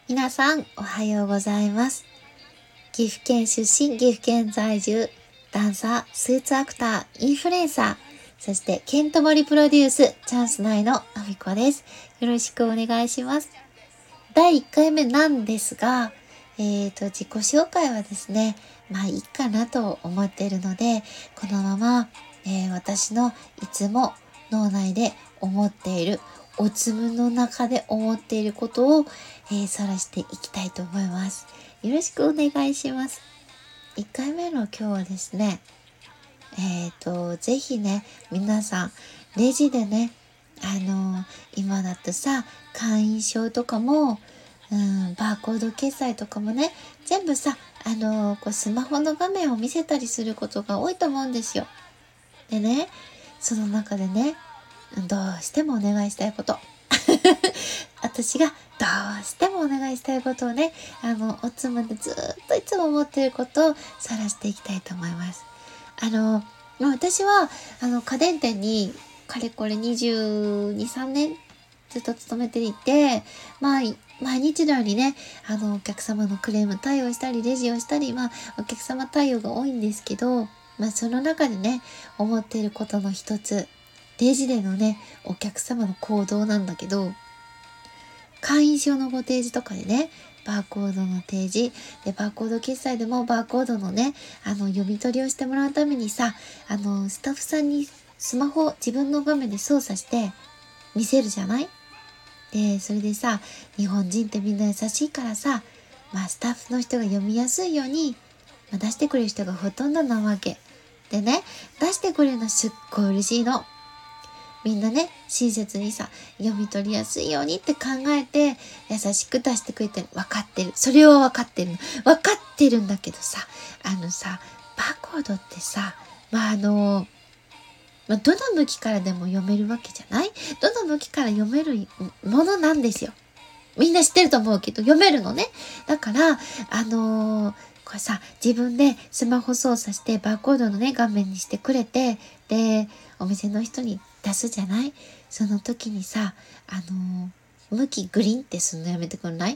皆さんおはようございます。岐阜県出身、岐阜県在住、ダンサー、スーツアクター、インフルエンサー、そしてケントモリプロデュース、チャンス内のあみこです。よろしくお願いします。第1回目なんですが、自己紹介はですね、いいかなと思っているので、このまま、私のいつも脳内で思っている、おつむの中で思っていることを、晒していきたいと思います。よろしくお願いします。1回目の今日はですね、ぜひね、皆さん、レジでね、今だとさ、会員証とかも、バーコード決済とかもね、全部さ、スマホの画面を見せたりすることが多いと思うんですよ。でね、その中でね、どうしてもお願いしたいこと。私がどうしてもお願いしたいことをね、おつむでずっといつも思っていることを晒していきたいと思います。私は、家電店にかれこれ22、3年ずっと勤めていて、毎日のようにね、お客様のクレーム対応したり、レジをしたり、お客様対応が多いんですけど、その中でね、思っていることの一つ、レジでのね、お客様の行動なんだけど、会員証のご提示とかでね、バーコードの提示で、バーコード決済でもバーコードのね、読み取りをしてもらうためにさ、スタッフさんにスマホ自分の画面で操作して見せるじゃない？で、それでさ、日本人ってみんな優しいからさ、スタッフの人が読みやすいように、出してくれる人がほとんどなわけ。でね、出してくれるのすっごい嬉しいの。みんなね、親切にさ、読み取りやすいようにって考えて、優しく出してくれてる。分かってる。それは分かってるの。分かってるんだけどさ、バーコードってさ、どの向きからでも読めるわけじゃない？どの向きから読めるものなんですよ。みんな知ってると思うけど、読めるのね。だから、これさ、自分でスマホ操作してバーコードのね、画面にしてくれて、で、お店の人に出すじゃない？その時にさ、向きグリーンってすんのやめてくんない？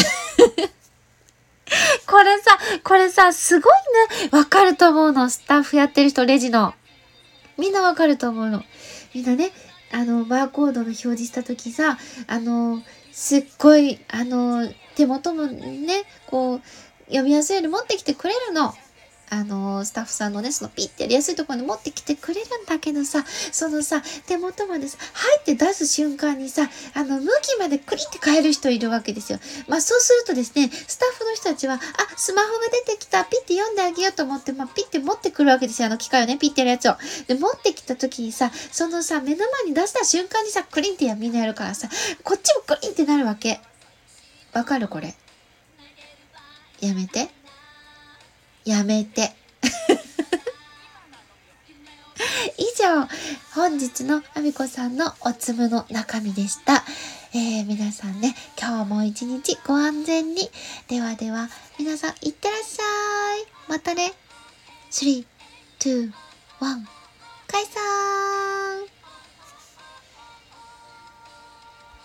これさ、すごいね、わかると思うの。スタッフやってる人、レジの。みんなわかると思うの。みんなね、バーコードの表示した時さ、すっごい、手元もね、こう、読みやすいように持ってきてくれるの。スタッフさんのね、そのピッてやりやすいところに持ってきてくれるんだけどさ、そのさ、手元までさ、入って出す瞬間にさ、向きまでクリって変える人いるわけですよ。そうするとですね、スタッフの人たちは、スマホが出てきた、ピッて読んであげようと思って、ピッて持ってくるわけですよ。機械をね、ピッてやるやつを。で、持ってきた時にさ、そのさ、目の前に出した瞬間にさ、クリンってみんなやるからさ、こっちもクリンってなるわけ。わかるこれ。やめて。やめて。以上、本日のあみこさんのおつむの中身でした。皆さんね、今日も一日ご安全に。ではでは、皆さんいってらっしゃい。またね。3、2、1、解散。